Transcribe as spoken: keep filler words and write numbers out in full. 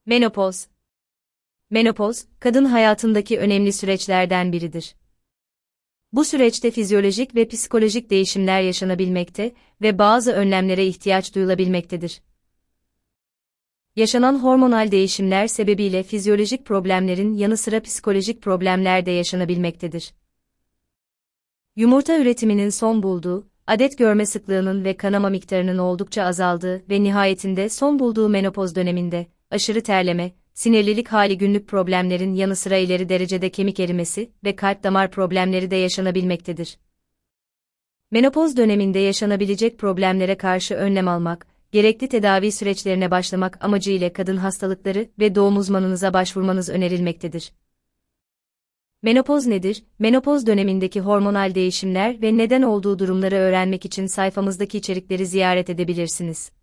Menopoz. Menopoz, kadın hayatındaki önemli süreçlerden biridir. Bu süreçte fizyolojik ve psikolojik değişimler yaşanabilmekte ve bazı önlemlere ihtiyaç duyulabilmektedir. Yaşanan hormonal değişimler sebebiyle fizyolojik problemlerin yanı sıra psikolojik problemler de yaşanabilmektedir. Yumurta üretiminin son bulduğu, adet görme sıklığının ve kanama miktarının oldukça azaldığı ve nihayetinde son bulduğu menopoz döneminde, aşırı terleme, sinirlilik hali günlük problemlerin yanı sıra ileri derecede kemik erimesi ve kalp damar problemleri de yaşanabilmektedir. Menopoz döneminde yaşanabilecek problemlere karşı önlem almak, gerekli tedavi süreçlerine başlamak amacıyla kadın hastalıkları ve doğum uzmanınıza başvurmanız önerilmektedir. Menopoz nedir? Menopoz dönemindeki hormonal değişimler ve neden olduğu durumları öğrenmek için sayfamızdaki içerikleri ziyaret edebilirsiniz.